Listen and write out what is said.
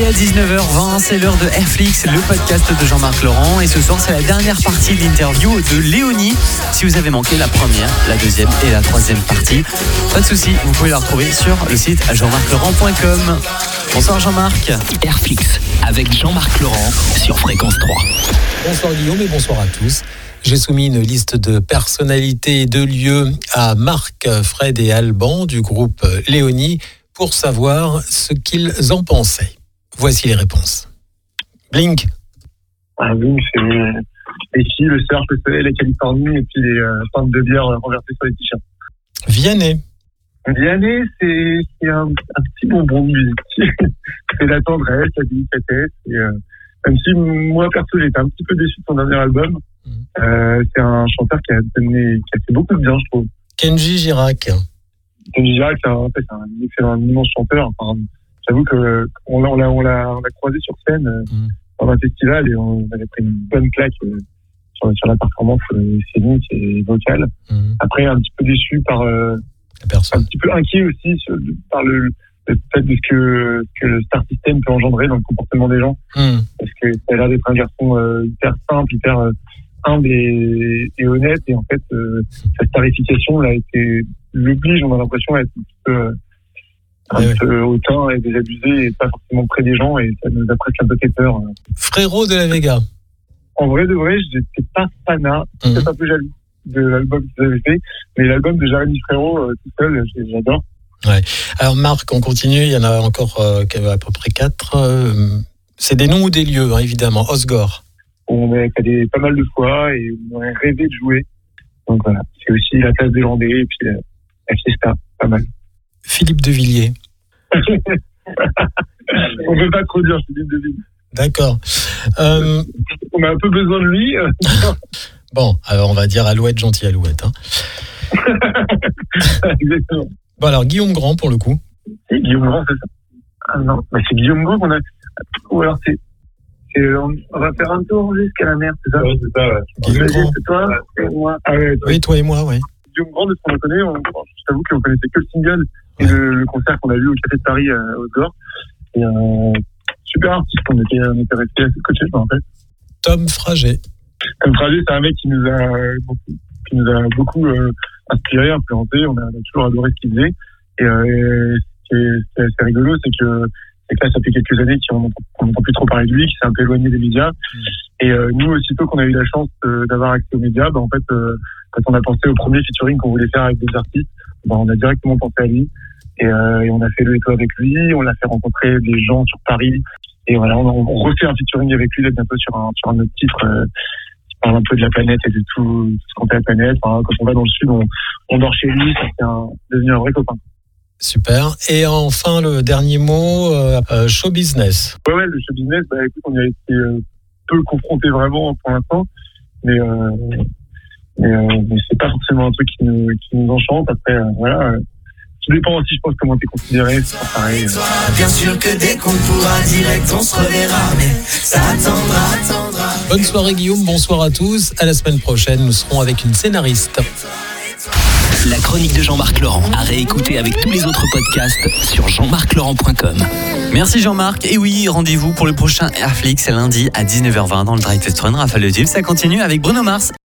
Et à 19h20, c'est l'heure de Airflix, le podcast de Jean-Marc Laurent. Et ce soir, c'est la dernière partie de l'interview de Léonie. Si vous avez manqué la première, la deuxième et la troisième partie, pas de souci, vous pouvez la retrouver sur le site jeanmarclaurent.com. Bonsoir Jean-Marc. Airflix avec Jean-Marc Laurent sur Fréquence 3. Bonsoir Guillaume et bonsoir à tous. J'ai soumis une liste de personnalités et de lieux à Marc, Fred et Alban du groupe Léonie pour savoir ce qu'ils en pensaient. Voici les réponses. Blink. Blink, c'est les filles, le surf, le soleil, la Californie et puis les pintes de bière renversées sur les t-shirts. Vianney. Vianney, c'est un petit bonbon de musique. C'est la tendresse, la délicatesse. Et, même si moi, perso, j'étais un petit peu déçu de son dernier album. C'est un chanteur qui a fait beaucoup de bien, je trouve. Kenji Girac. Kenji Girac, c'est un excellent, immense chanteur. Enfin, j'avoue qu'on l'a croisé sur scène dans un festival et on avait pris une bonne claque sur la performance scénique et vocale. Après, un petit peu déçu par... un petit peu inquiet aussi par le fait de ce que le Star System peut engendrer dans le comportement des gens. Parce que ça a l'air d'être un garçon hyper simple, hyper humble et honnête. Et en fait, sa starification là, l'oblige, on a l'impression, à être un petit peu hautain et désabusé et pas forcément près des gens. Et ça nous a presque un peu fait peur. Frérot de la Vega. En vrai de vrai, j'étais pas fanat, peut-être un peu jaloux de l'album qu'ils avaient fait, mais l'album de Jérémy Frérot tout seul, j'adore. Ouais. Alors Marc, on continue, il y en a encore à peu près 4. C'est des noms ou des lieux, évidemment. Osgore. On est allé pas mal de fois et on aurait rêvé de jouer. Donc voilà, c'est aussi la place des Landais et puis la fiesta, pas mal. Philippe de Villiers. On veut pas trop dire Philippe de Villiers. D'accord. On a un peu besoin de lui. Bon, alors on va dire Alouette, gentil Alouette. Exactement. Bon, alors Guillaume Grand pour le coup. C'est Guillaume Grand, c'est ça? Ah non, mais c'est Guillaume Grand qu'on a. Ou alors on va faire un tour jusqu'à la mer, c'est ça? Oui, c'est ça, ouais. Guillaume Grand. C'est toi et moi. Ah ouais, oui, toi et moi, oui. Guillaume Grand, de ce qu'on le connaît, je t'avoue qu'on connaissait que le single et le concert qu'on a vu au Café de Paris au Gore. Et super artiste, on était restés assez scotchés, je me rappelle. Tom Fraget. Tom Fraget, c'est un mec qui nous a beaucoup inspiré, influencé. On a toujours adoré ce qu'il faisait. Et ce qui est assez rigolo, c'est que là, ça fait quelques années qu'on n'entend plus trop parler de lui, qu'il s'est un peu éloigné des médias. Et nous, aussitôt qu'on a eu la chance d'avoir accès aux médias, en fait, quand on a pensé au premier featuring qu'on voulait faire avec des artistes, on a directement pensé à lui. Et on a fait le éto avec lui, on l'a fait rencontrer des gens sur Paris. Et voilà, on refait un featuring avec lui là bientôt sur un autre titre qui parle un peu de la planète et de tout ce qu'on fait à la planète. Enfin, quand on va dans le sud, on dort chez lui, ça c'est devenu un vrai copain. Super. Et enfin, le dernier mot, show business. Ouais, le show business, écoute, on y a été peu confronté vraiment pour l'instant, mais c'est pas forcément un truc qui nous enchante. Après, voilà. Tout dépend aussi, je pense, comment t'es considéré, c'est pas pareil. Bien sûr que dès qu'on pourra direct, on se reverra, mais ça attendra. Bonne soirée Guillaume, bonsoir à tous. À la semaine prochaine, nous serons avec une scénariste. La chronique de Jean-Marc Laurent à réécouter avec tous les autres podcasts sur jeanmarclaurent.com. Merci Jean-Marc. Et oui, rendez-vous pour le prochain Airflix lundi à 19h20 dans le Drive Test Run. Raphaël Le Type, ça continue avec Bruno Mars.